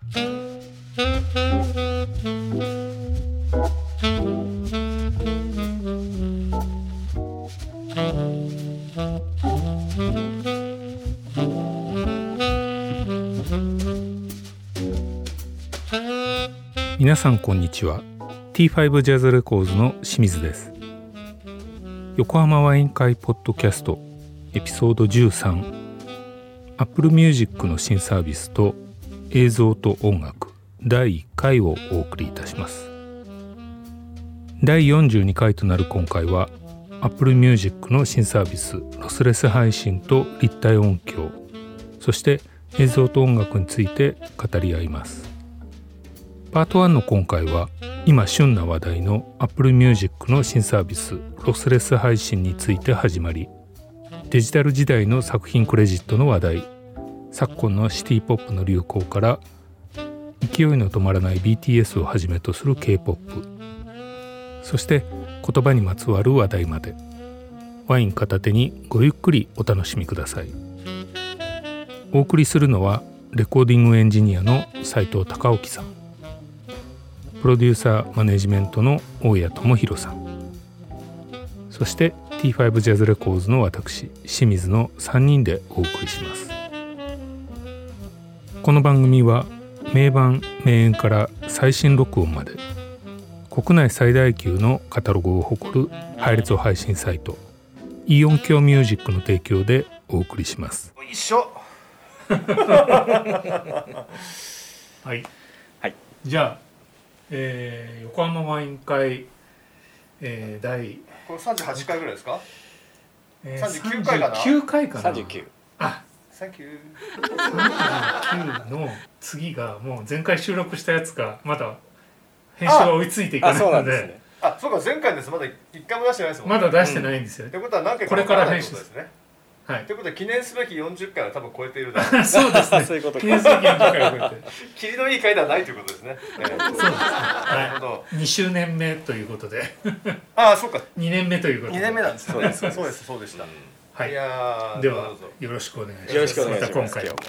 皆さんこんにちは。 T5 ジャズレコーズの清水です。横浜ワイン会ポッドキャストエピソード13、 Apple Music の新サービスと映像と音楽第1回をお送りいたします。第42回となる今回は Apple Music の新サービスロスレス配信と立体音響、そして映像と音楽について語り合います。パート1の今回は今旬な話題の Apple Music の新サービスロスレス配信について始まり、デジタル時代の作品クレジットの話題、昨今のシティポップの流行から勢いの止まらない BTS をはじめとする K-POP、 そして言葉にまつわる話題まで、ワイン片手にごゆっくりお楽しみください。お送りするのはレコーディングエンジニアの斉藤孝興さん、プロデューサーマネジメントの大谷智弘さん、そして T5 ジャズレコーズの私清水の3人でお送りします。この番組は名盤名演から最新録音まで国内最大級のカタログを誇る配列配信サイトイオンキョミュージックの提供でお送りします。 一緒はい、はい、じゃあ横浜ワイン会、第これ38回ぐらいですか、39回かな 39回かな 39 あ、 サンキュー 39の次がもう前回収録したやつがまだ編集が追いついていかないので、 そうか前回です。まだ1回も出してないですもんね。 まだ出してないんですよ、 ってことは何回かこれから編集ですね。 はい、 ということで記念すべき40回は多分超えているだろうそうですねそういうこと記念すべき40回を超えて切りのいい回ではないということですね。 そうですね、はい、2周年目ということでそうか 2年目ということで 2年目なんですね。そうでした、 はい、 いやではよろしくお願いします。 よろしくお願いします。 また今回も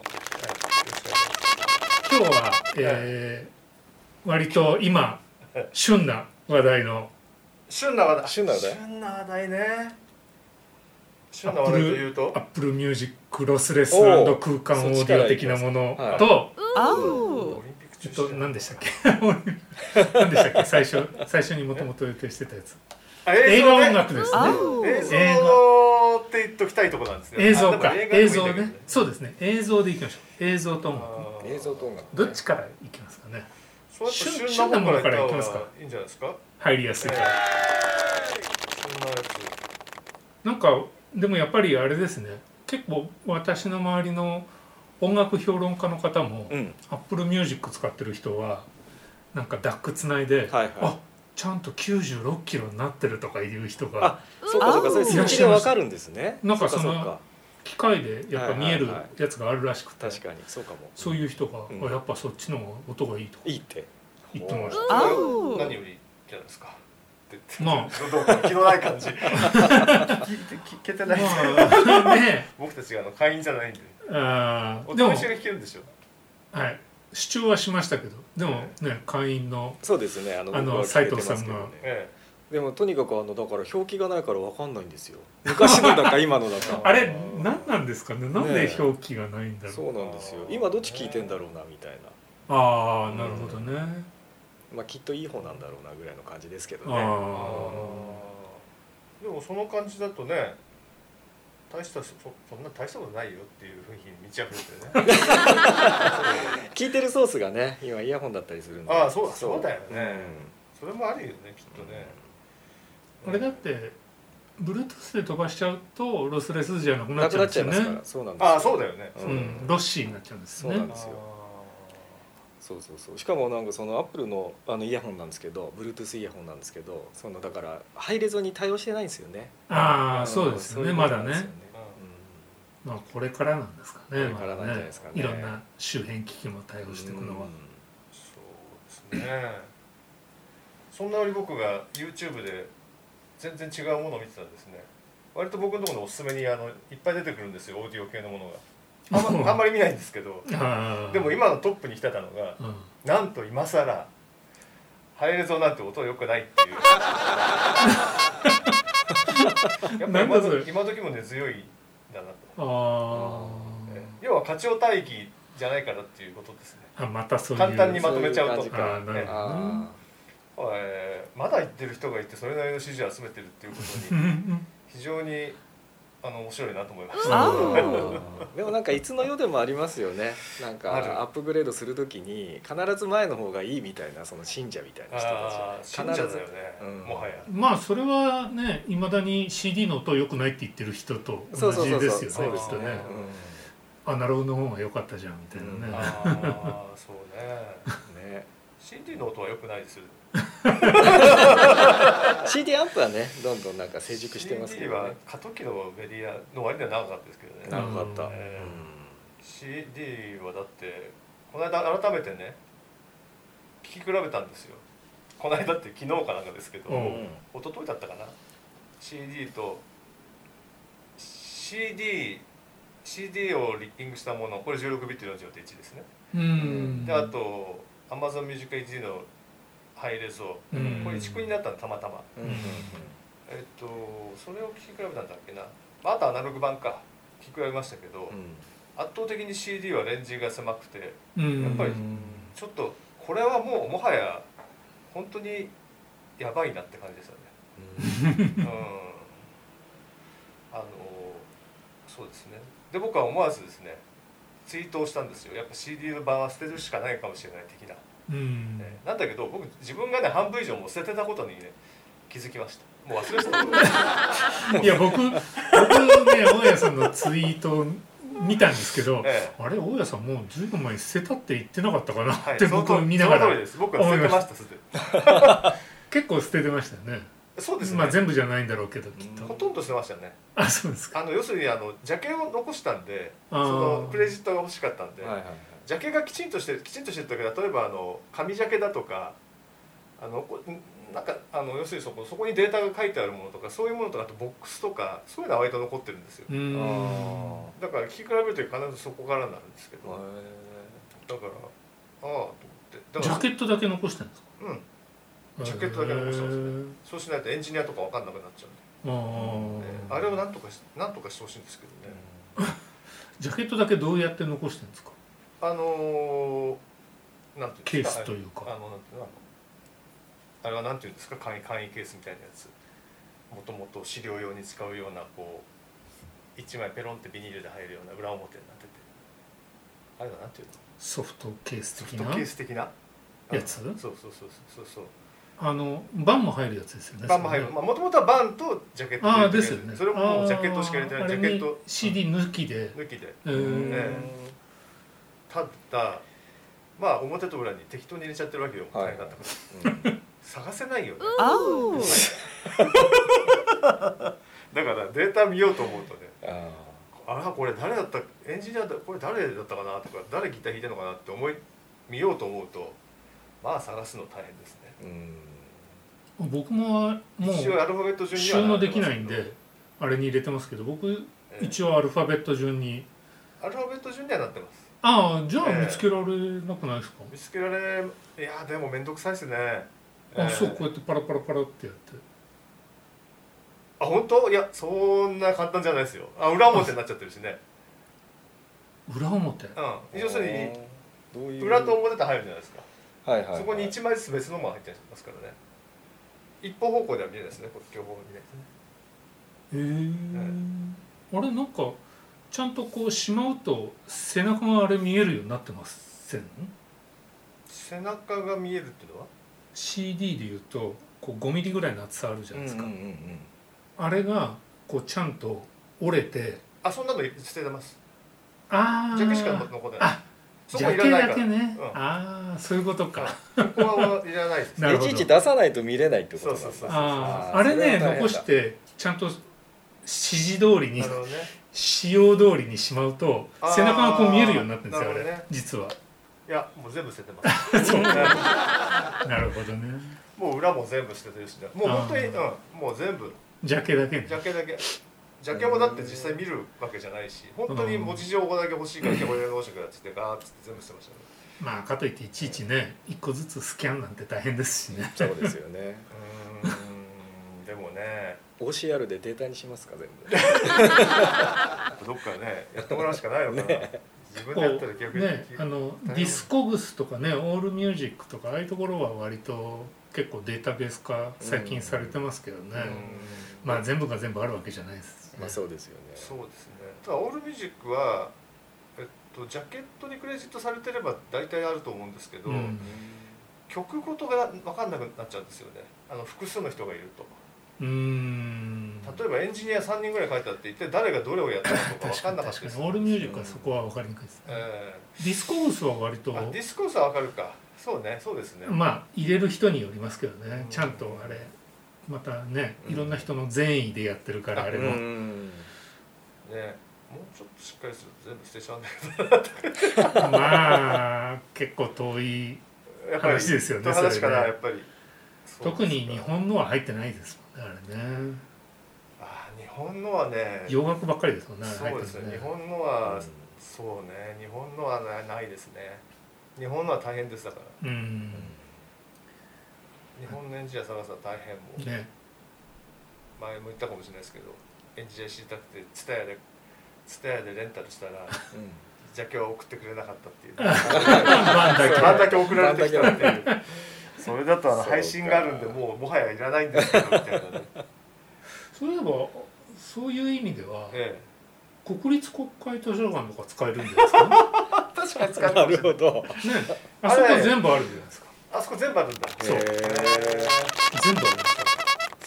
今日は、割と今旬な話題の旬な話題ね。旬な話題というと Apple Music ロスレス&空間オーディオ的なものと、何でしたっけ何でしたっけ最初にもともと予定してたやつ、映画音楽ですね。 映像って言っときたいところなんですね。 映像か、映像ね。そうですね、映像でいきましょう。映像と音楽、どっちからいきますかね。旬なものからいきますか。 いいんじゃないですか、 入りやすいから。なんかでもやっぱりあれですね、結構私の周りの音楽評論家の方も、Apple Music 使ってる人はなんか DAC つないで、あ、ちゃんと96キロになってるとかいう人が、 そうかそれ数値でわかるんですね。 なんかその機械でやっぱ見えるやつがあるらしくて、 確かにそうかも。 そういう人が、やっぱそっちの音がいいとかいいって言ってました。 何よりじゃないですか。 まあ気のない感じ聞けてないですね。僕たちが会員じゃないんで。でも一緒に聞けるんでしょ。 はい、主張はしましたけど、でもね、会員のそうですね、 斉藤さんが、 でもとにかくだから表記がないから分かんないんですよ。昔のだか今のだかあれ何なんですかね。なんで表記がないんだろう。 そうなんですよ。今どっち聞いてんだろうなみたいな。 ああ、なるほどね。 まあきっといい方なんだろうなぐらいの感じですけどね。 でもその感じだとね、そんな大したことないよっていう雰囲気に満ち溢れてるね。 聞いてるソースがね、今イヤホンだったりするんで。 そうだよね。それもあるよね、きっとね。 あれだってBluetooth で飛ばしちゃうとロスレスじゃなくなっちゃうんですよね。 そうなんですよ。 そうだよね。 ロッシーになっちゃうんですね。 そうなんですよ。しかもなんかその Apple のイヤホンなんですけど、 Bluetooth イヤホンなんですけど、だからハイレゾに対応してないんですよね。 そうですよね、まだね。まあこれからなんですかね。 これからなんじゃないですかね。 いろんな周辺機器も対応していくのは。 そうですね。そんな折僕が YouTube で全然違うものを見てたんですね。割と僕のところのおすすめにいっぱい出てくるんですよ、オーディオ系のものが。 あんまり見ないんですけどでも今のトップに来てたのが、なんと今更ハイレゾなんて音良くないっていうやっぱり今時も根強いんだなと。要は課長大義じゃないからっていうことですね。 またそういう簡単にまとめちゃうとまだ言ってる人がいてそれなりの支持を集めてるっていうことに非常に面白いなと思いました。 でもなんかいつの世でもありますよね。なんかアップグレードするときに必ず前の方がいいみたいな、その信者みたいな人たち。 信者だよね、もはや。 まあそれはね、いまだに CD の音良くないって言ってる人と同じですよね、きっとね。アナログの方が良かったじゃんみたいなね。 そうね。CD の音は良くないです。 CD アンプはね、どんどんなんか成熟してますけどね。 CD は過渡期のメディアの割には長かったですけどね。 長かった、 CD はだってこの間改めてね聞き比べたんですよ。この間って昨日かなんかですけど、一昨日だったかな。 CD と CD をリッピングしたもの、これ16ビット 44.1ですね。であと Amazon Music HD のハイレゾ、これ移築になったのたまたま。それを聞き比べたんだっけな。あとアナログ版か聞き比べましたけど、圧倒的に CD はレンジが狭くて、やっぱりちょっとこれはもはや本当にやばいなって感じですよね。そうですね。で僕は思わずですねツイートをしたんですよ。やっぱ CD の版は捨てるしかないかもしれない的な。なんだけど僕自分がね半分以上も捨ててたことにね気づきました。もう忘れてた。 いや僕ね大家さんのツイートを見たんですけど、あれ大家さんもうずいぶん前に捨てたって言ってなかったかなって僕見ながら思いました。 僕は捨ててました。 結構捨ててましたよね。 そうですね。 まあ全部じゃないんだろうけどきっと。 ほとんど捨てましたね。 あ、そうですか。 要するにジャケを残したんで、そのクレジットが欲しかったんで、ジャケがきちんとしてる時、例えば紙ジャケだとかなんか要するにそこにデータが書いてあるものとかそういうものとか、あとボックスとかそういうのは割と残ってるんですよ。だから聞き比べると必ずそこからになるんですけど、だからと思って。 ジャケットだけ残してるんですか？ ジャケットだけ残してますね。そうしないとエンジニアとか分かんなくなっちゃうんで、あれをなんとかしてほしいんですけどね。 ジャケットだけどうやって残してるんですか？ なんていうんですか、 ケースというかあれはなんていうんですか、簡易ケースみたいなやつ、もともと資料用に使うようなこう1枚ペロンってビニールで入るような裏表になってて、あれはなんていうの？ ソフトケース的なやつ？そうバンも入るやつですよね。 バンも入る。もともとはバンとジャケットですよね。 それももうジャケットしか入れてない。ジャケット CD 抜きで。 ただまあ表と裏に適当に入れちゃってるわけよ。大変だったから探せないよね。だからデータ見ようと思うとね、これ誰だった、エンジニアだ、これ誰だったかなとか、誰ギター弾いてるのかなって見ようと思うと、まあ探すの大変ですね。 僕ももう一応アルファベット順に収納できないんであれに入れてますけど、僕一応アルファベット順ににはなってます。 じゃあ見つけられなくないですか？ 見つけられ、いやでも面倒くさいですね。 そう、こうやってパラパラパラってやって。 本当？いやそんな簡単じゃないですよ。裏表になっちゃってるしね。 裏表？ 要するに裏と表と入るじゃないですか。そこに1枚ずつ別のもの入ってますからね。一方方向では見えないですね。両方見えないですね。 あれなんかちゃんとこうしまうと背中があれ見えるようになってません？ 背中が見えるっていうのは CD でいうとこう5ミリぐらいの厚さあるじゃないですか。あれがこうちゃんと折れて。 そんなの捨ててます。ジャケしか残ってない。 ジャケだけね。そういうことか。 そこはいらないです。 いちいち出さないと見れないってことなんです。 あれね残してちゃんと指示通りに仕様通りにしまうと背中がこう見えるようになってるんですよ。あれ実は。 いやもう全部捨ててます。 なるほどね。 もう裏も全部捨ててるしね。もう本当にもう全部。 ジャケだけ。 ジャケだけ。 ジャケもだって実際見るわけじゃないし、本当に文字情報だけ欲しいからこれが欲しいからっつってガーッつって全部捨てましたね。 まあかといっていちいちね一個ずつスキャンなんて大変ですしね。 そうですよね。 でもね OCR でデータにしますか全部。 どっかねやってもらうしかないのかな、ね、自分でやったら逆にね、ディスコグスとかねオールミュージックとかああいうところは割と結構データベース化最近されてますけどね、まあ全部が全部あるわけじゃないです、ね、 まあそうですよね。 そうですね。ただオールミュージックはジャケットにクレジットされてれば大体あると思うんですけど、曲ごとが分かんなくなっちゃうんですよね、複数の人がいると。例えばエンジニア3人ぐらい書いてあって一体誰がどれをやったのか分かんなかったです。 オールミュージックはそこは分かりにくいですね、ディスコグスは割とディスコースは分かるか。そうね、そうですね。 まあ入れる人によりますけどね、ちゃんとあれまたねいろんな人の善意でやってるからあれも、ね、 もうちょっとしっかりすると全部捨てちゃうんだけどまあ結構遠い話ですよね。 話かなやっぱり。 特に日本のは入ってないですもんねあれね。 日本のはね洋楽ばっかりですもんね。 そうですね。日本のは、そうね、日本のはないですね。日本のは大変ですだから。日本のエンジニア探すのは大変もう、ね、前も言ったかもしれないですけど、エンジニア知りたくてツタヤでレンタルしたら、ジャケは送ってくれなかったっていう、バンだけ送られてきたっていう。それだと配信があるんでもはやいらないんですけどみたいなね。 そういえばそういう意味では、国立国会図書館とか使えるんじゃないですか。 確かに使えるかもしれない。なるほど。 ね、あそこ全部あるじゃないですか。 あそこ全部あるんだ。 そう。全部あります。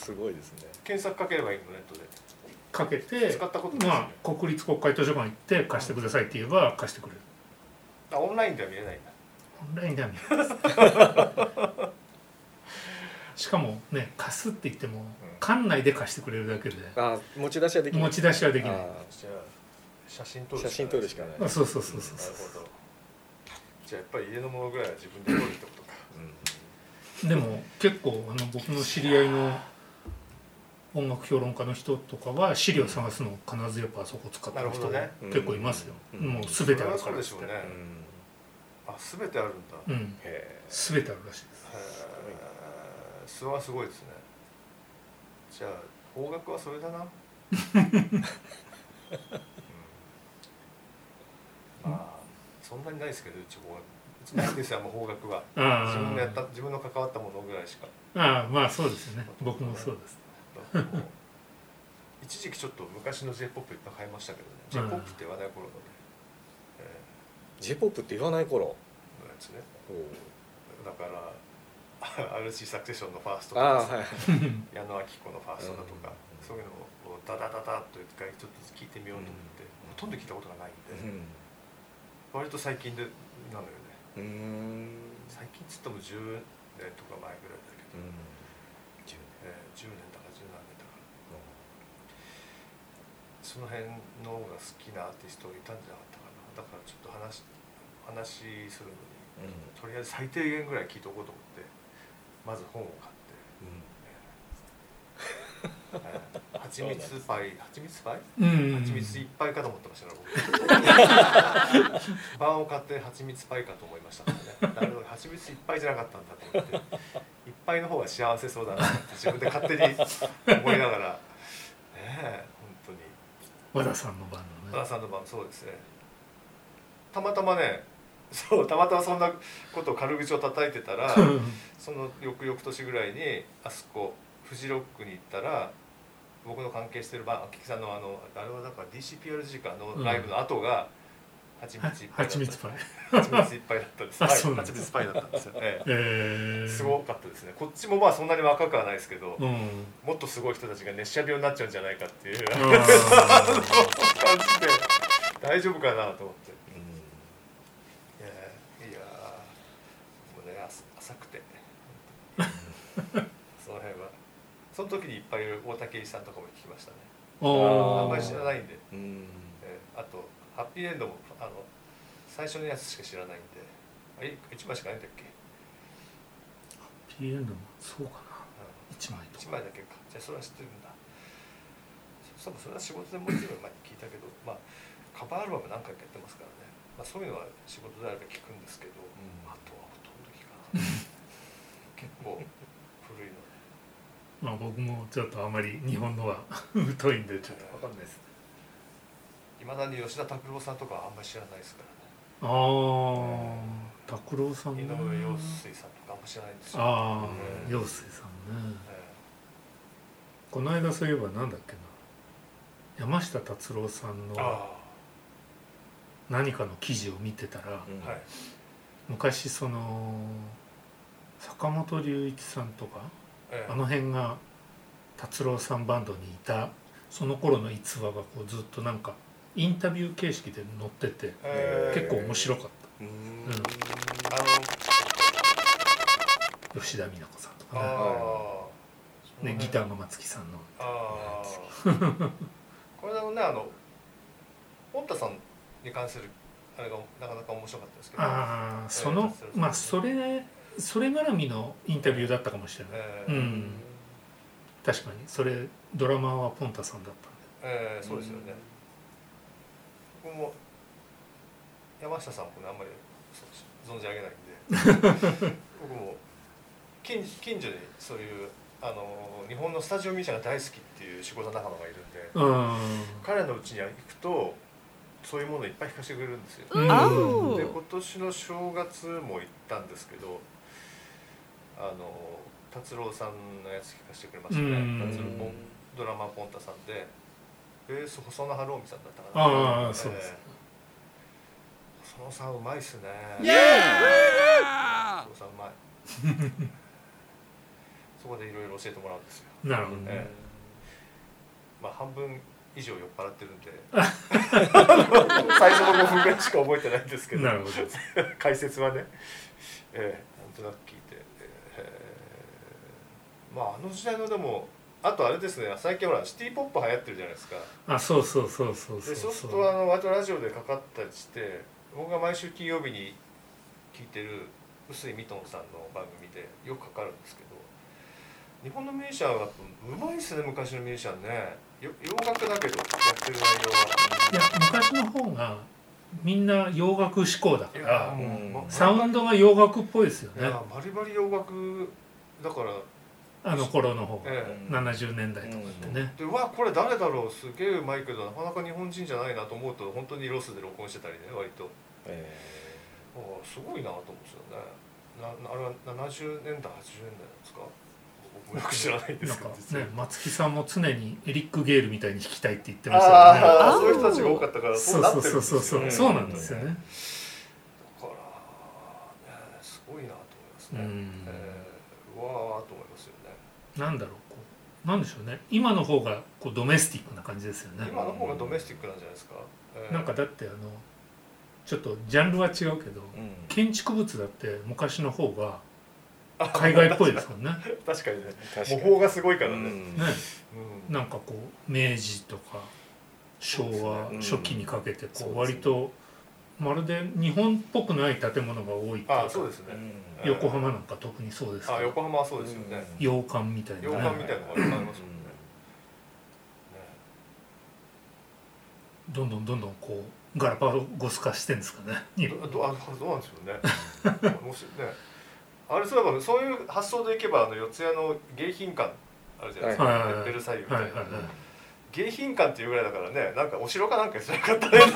すごいですね。 検索かければいいのネットで。 かけて、 使ったことないですね。 まあ国立国会図書館行って貸してくださいって言えば貸してくれる。 オンラインでは見れないんだ。 オンラインでは見れない。しかもね貸すって言っても館内で貸してくれるだけで、 持ち出しはできない。 持ち出しはできない。 写真撮るしかない。 そう。なるほど。 じゃあやっぱり家のものぐらいは自分で撮るってことか。 でも結構僕の知り合いの音楽評論家の人とかは資料探すのを必ずやっぱそこ使ってる人結構いますよ。もう全てあるからですね。全てあるんだ。全てあるらしいです。 それはすごいですね。じゃあ邦楽はそれだな。まあそんなにないですけどうちないんですよ。もう邦楽は自分の関わったものぐらいしか。 まあそうですよね。僕もそうです。 一時期ちょっと昔の J-POP いっぱい買いましたけどね。J-POP って言わない頃のね。 J-POP って言わない頃のやつね。だからRC サクセションのファーストとか矢野顕子のファーストだとか、そういうのをダダダダッと一回ちょっと聞いてみようと思って、ほとんど聞いたことがないんで、割と最近でなのよね。最近つっても10年とか前ぐらいだけど、10年だか10何年だか、その辺のが好きなアーティストがいたんじゃなかったかな。だからちょっと話するのに、とりあえず最低限ぐらい聞いておこうと思ってまず本を買って、はちみつパイはちみついっぱいかと思ってましたから僕版を買ってはちみつパイかと思いましたからね。だけどはちみついっぱいじゃなかったんだと思っていっぱいの方が幸せそうだなって自分で勝手に思いながら本当に和田さんの版のね。 和田さんの版そうですね。たまたまそんなことを軽口を叩いてたらその翌々年ぐらいにあそこフジロックに行ったら僕の関係してるキキさんのあれはだから DCPRG かのライブの後がはちみついっぱいだった。はちみついっぱいだったんです。はちみつパイだったんですよ。すごかったですね。こっちもまあそんなに若くはないですけど、もっとすごい人たちが熱射病になっちゃうんじゃないかっていう感じで大丈夫かなと思って。浅くてその辺はその時にいっぱい大竹一さんとかも聞きましたね。あんまり知らないんで、あとハッピーエンドも最初のやつしか知らないんで、1枚しかないんだっけ。 ハッピーエンドもそうかな、1枚とか。 1枚だけか。じゃあそれは知ってるんだ。 それは仕事でもちろん前に聞いたけど、まあ、カバーアルバム何回かやってますからね、まあ、そういうのは仕事であれば聞くんですけど、あとはほとんど聞かない結構古いので、 まあ僕もちょっとあまり日本のは疎いんでちょっと分かんないですね。 いまだに吉田拓郎さんとかはあんまり知らないですからね。 拓郎さんね、 井上陽水さんとかあんまり知らないんですよ。 陽水さんね、この間そういえばなんだっけな、山下達郎さんの何かの記事を見てたら、昔その坂本龍一さんとか、あの辺が達郎さんバンドにいたその頃の逸話がこうずっとなんかインタビュー形式で載ってて、結構面白かった。吉田美奈子さんとかね、ギターの松木さんのこれのね、本田さんに関するあれがなかなか面白かったですけど、 まあそれ絡みのインタビューだったかもしれない、確かにそれドラマーはポンタさんだったんで、そうですよね。僕も山下さんも、ね、あんまり存じ上げないんで僕も近所にそういう日本のスタジオミュージシャンが大好きっていう仕事仲間がいるんで、彼の家に行くとそういうものをいっぱい弾かせてくれるんですよ。で今年の正月も行ったんですけど、達郎さんのやつ弾かせてくれましたね。達郎ドラマーポンタさんで、ベース細野晴臣さんだったかな。 そうです。 細野さんうまいっすね。細野さんうまい。そこでいろいろ教えてもらうんですよ。 なるほどね。 まあ半分以上酔っ払ってるんで最初の5分ぐらいしか覚えてないんですけど、 なるほど解説はね、なんとなく聞いて、まあ時代のでもあとあれですね、最近ほらシティポップ流行ってるじゃないですか。 そうそうすると割とラジオでかかったりして、僕が毎週金曜日に聞いてる臼井ミトンさんの番組でよくかかるんですけど、日本のミュージシャンはうまいですね。昔のミュージシャンね、洋楽だけどやってる内容は、 いや昔の方がみんな洋楽志向だから、サウンドが洋楽っぽいですよね。 バリバリ洋楽だから、 あの頃の方が、70年代とかってね。 でこれ誰だろう、すげえうまいけどなかなか日本人じゃないなと思うと、本当にロスで録音してたりね、割と、すごいなと思うんですよね。あれは70年代80年代なんですか。僕もよく知らないんですけど、 松木さんも常にエリック・ゲールみたいに弾きたいって言ってましたよね。 そういう人たちが多かったからそうなってるんですよね。 そうなんですよね。 だからすごいなと思いますね。うわーと思いますよね。 なんだろう、なんでしょうね。今の方がこうドメスティックな感じですよね。 今の方がドメスティックなんじゃないですか。 なんかだってちょっとジャンルは違うけど、建築物だって昔の方が海外っぽいですもんね。 確かにね。模倣がすごいからね。 なんかこう明治とか昭和初期にかけてこう割とまるで日本っぽくない建物が多いっていうか。 そうですね。 横浜なんか特にそうですけど。 横浜はそうですよね。 洋館みたいな。 洋館みたいなのがありますもんね。 どんどんこうガラパゴス化してんですかね。 どうなんでしょうね。もしね。あれそういえばそういう発想でいけば四谷の迎賓館あるじゃないですか、ベルサイユみたいな、迎賓館っていうぐらいだからね、なんかお城かなんかしなかったねなんで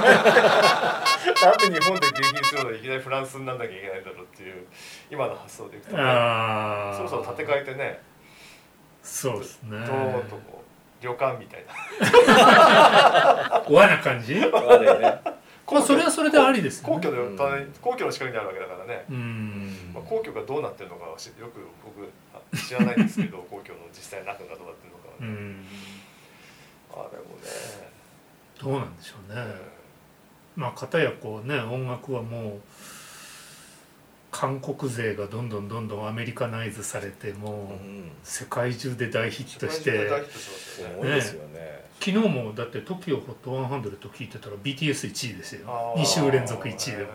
日本で迎賓するのにいきなりフランスになんなきゃいけないんだろうっていう今の発想でいくとね、そろそろ建て替えてね、 そうですね、 どーんとこう旅館みたいな和な感じそれはそれでありですよね。 皇居の近くにあるわけだからね。皇居がどうなってるのかはよく僕知らないんですけど皇居の実際中がどうなってるのかはね。でもね、 どうなんでしょうね。まあ片やこうね、音楽はもう韓国勢がどんどんアメリカナイズされて、もう世界中で大ヒットして、昨日もだって TOKIOHOT100 聞いてたら BTS1 位ですよ。2週連続1位でも。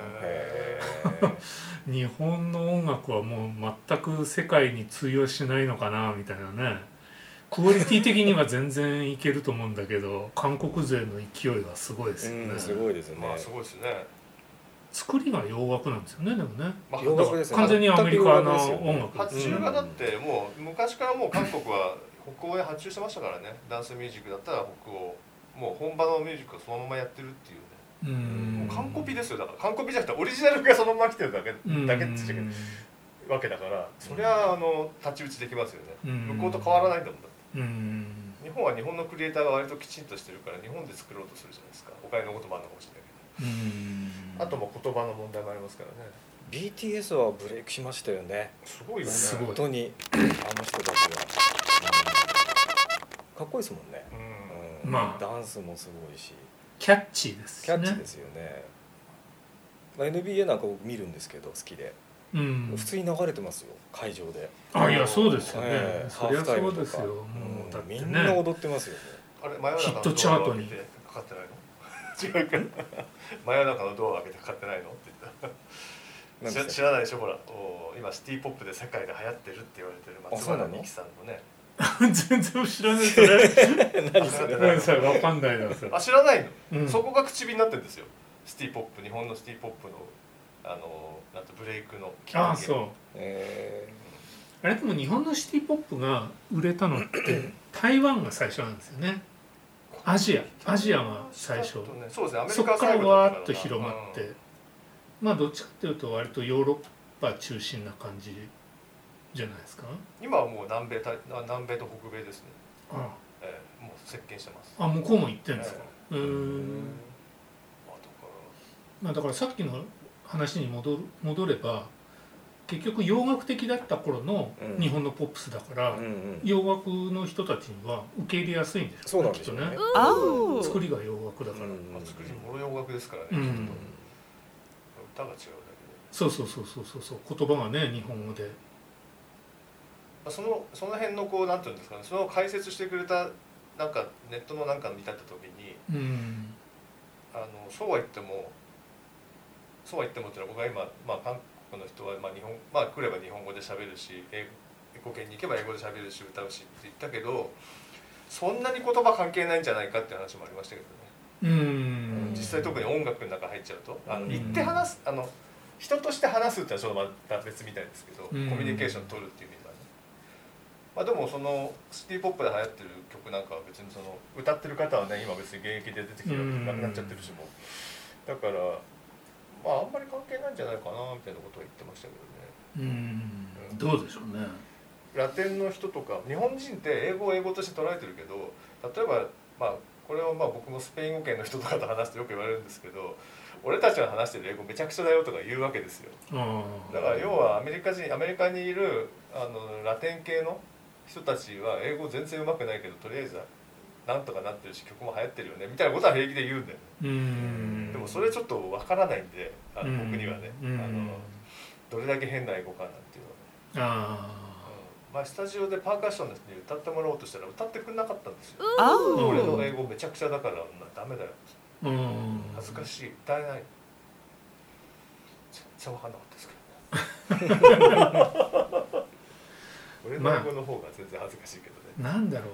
日本の音楽はもう全く世界に通用しないのかなみたいなねクオリティ的には全然いけると思うんだけど韓国勢の勢いがすごいですよね。 すごいですね。 すごいですね。 作りが洋楽なんですよね。でもね、 洋楽ですね。 完全にアメリカの音楽。 発注がだってもう昔からもう韓国は北欧へ発注してましたからね。ダンスミュージックだったら北欧、もう本場のミュージックをそのままやってるっていうね。もう完コピですよ。だから完コピじゃなくてオリジナルがそのまま来てるだけっていうわけだから、そりゃ太刀打ちできますよね。向こうと変わらないんだもんだって。日本は日本のクリエイターが割ときちんとしてるから日本で作ろうとするじゃないですか。お金のこともあるのかもしれないけど。あとも言葉の問題もありますからね。 BTS はブレイクしましたよね。 すごいよね。 本当にあの人たちはかっこいいですもんね。まあダンスもすごいしキャッチーですね。 キャッチーですよね。NBA なんかを見るんですけど好きで、普通に流れてますよ会場で。 いやそうですよね。そりゃそうですよ。もうだってみんな踊ってますよね。 あれ真夜中のヒットチャートにかかってないの？違うか。真夜中のドアを開けてかかってないのって言った。知らないでしょ。ほら今シティポップで世界で流行ってるって言われてる松原美樹さんのね。 全然知らないそれ。何それわかんないなそれ。 知らないの。そこが口火になってるんですよ。シティポップ、日本のシティポップのなんてブレイクのきっかけ。 そう。あれでも日本のシティポップが売れたのって台湾が最初なんですよね。アジアが最初。 そうですね。アメリカそこからわーっと広まって、まあどっちかっていうと割とヨーロッパ中心な感じじゃないですか。 今はもう南米と北米ですね。もう席巻してます。 向こうも行ってるんですか。だからさっきの話に戻れば結局洋楽的だった頃の日本のポップスだから、洋楽の人たちには受け入れやすいんですよね。きっとね。作りが洋楽だから。 作りも洋楽ですからね。歌が違うだけで。 そう言葉がね日本語で。 その辺のこうなんていうんですかね。その解説してくれたなんかネットのなんか見た時に、そうは言ってもっていうのは僕は今韓国の人は日本来れば日本語で喋るし英語圏に行けば英語で喋るし歌うしって言ったけどそんなに言葉関係ないんじゃないかっていう話もありましたけどね。実際特に音楽の中入っちゃうと言って話す人として話すっていうのはまた別みたいですけどコミュニケーション取るっていう意味ではね。でもそのシティポップで流行ってる曲なんかは別にその歌ってる方はね今別に現役で出てきてるわけなくなっちゃってるしもだから。あんまり関係ないんじゃないかなみたいなことを言ってましたけどね。 どうでしょうね。 ラテンの人とか日本人って英語を英語として捉えてるけど例えばこれは僕もスペイン語圏の人とかと話してよく言われるんですけど俺たちが話してる英語めちゃくちゃだよとか言うわけですよ。だから要はアメリカにいるラテン系の人たちは英語全然うまくないけどとりあえずなんとかなってるし曲も流行ってるよねみたいなことは平気で言うんだよね。でもそれちょっとわからないんで僕にはねどれだけ変な英語かなんていうのはね。スタジオでパーカッションの人に歌ってもらおうとしたら歌ってくれなかったんですよ。俺の英語めちゃくちゃだからダメだよ恥ずかしい歌えない全然わかんなかったですけどね。俺の英語の方が全然恥ずかしいけどね。 なんだろう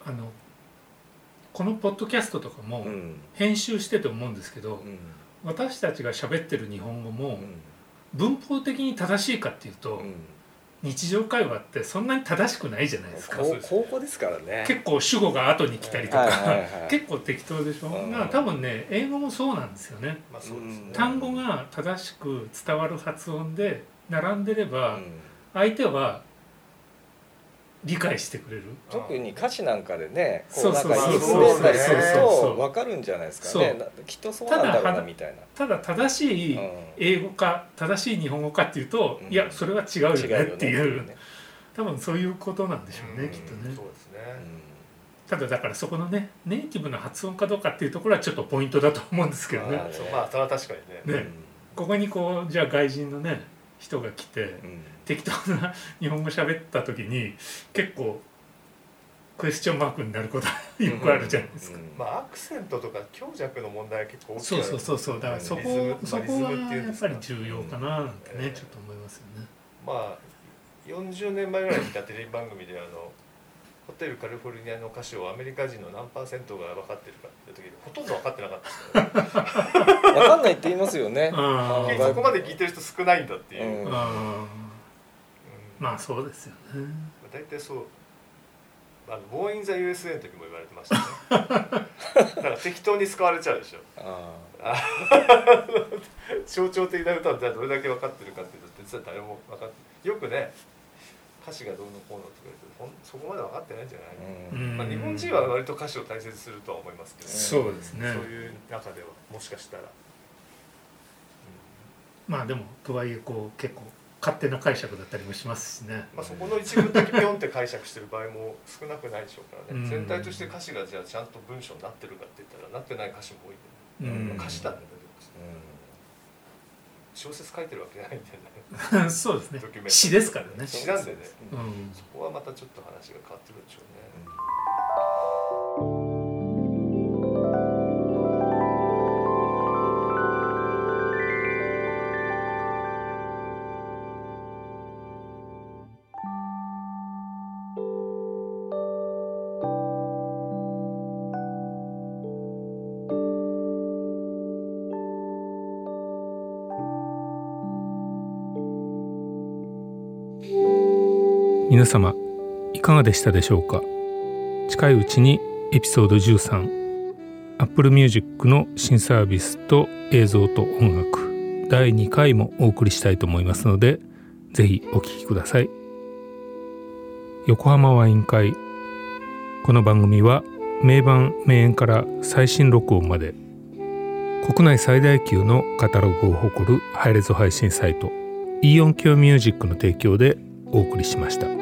このポッドキャストとかも編集してて思うんですけど、私たちが喋ってる日本語も文法的に正しいかっていうと、日常会話ってそんなに正しくないじゃないですか。 高校ですからね。 結構主語が後に来たりとか結構適当でしょ。多分ね英語もそうなんですよね。単語が正しく伝わる発音で並んでれば相手は理解してくれる。 特に歌詞なんかでねこうなんか言い詰めたりすると分かるんじゃないですかね。きっとそうなんだろうなみたいな。 ただ正しい英語か正しい日本語かっていうといやそれは違うよねっていう多分そういうことなんでしょうねきっとね。 そうですね。 ただだからそこのねネイティブな発音かどうかっていうところはちょっとポイントだと思うんですけどね。 それは確かにね。 ここにこうじゃあ外人のね人が来て適当な日本語喋った時に結構クエスチョンマークになることはよくあるじゃないですか。 アクセントとか強弱の問題は結構大きい。 そうだからそこはやっぱり重要かななんてねちょっと思いますよね。 40年前ぐらいに見たテレビ番組でホテルカリフォルニアの歌詞をアメリカ人の何%が分かってるかって時にほとんど分かってなかったですよね。 分かんないって言いますよね。 そこまで聞いてる人少ないんだっていう、 まあそうですよね。 大体そうボーインザ USA の時も言われてましたね。だから適当に使われちゃうでしょ。象徴的な歌はどれだけ分かってるかっていうと実は誰も分かってよくね歌詞がどうのこうのって言われてそこまで分かってないんじゃないの。日本人は割と歌詞を大切にするとは思いますけどね。 そうですね。 そういう中ではもしかしたら、 まあでもとはいえこう結構勝手な解釈だったりもしますしね。 そこの一部だけピョンって解釈してる場合も少なくないでしょうからね。全体として歌詞がじゃあちゃんと文章になってるかって言ったらなってない歌詞も多いんで、歌詞だね。小説書いてるわけじゃないんだよね。 そうですね。詩ですからね。 詩なんでね。そこはまたちょっと話が変わってくるでしょうね。 皆様いかがでしたでしょうか。近いうちにエピソード13 Apple Music の新サービスと映像と音楽第2回もお送りしたいと思いますのでぜひお聞きください。横浜ワイン会。この番組は名盤名演から最新録音まで国内最大級のカタログを誇るハイレゾ配信サイトイオンキョミュージックの提供でお送りしました。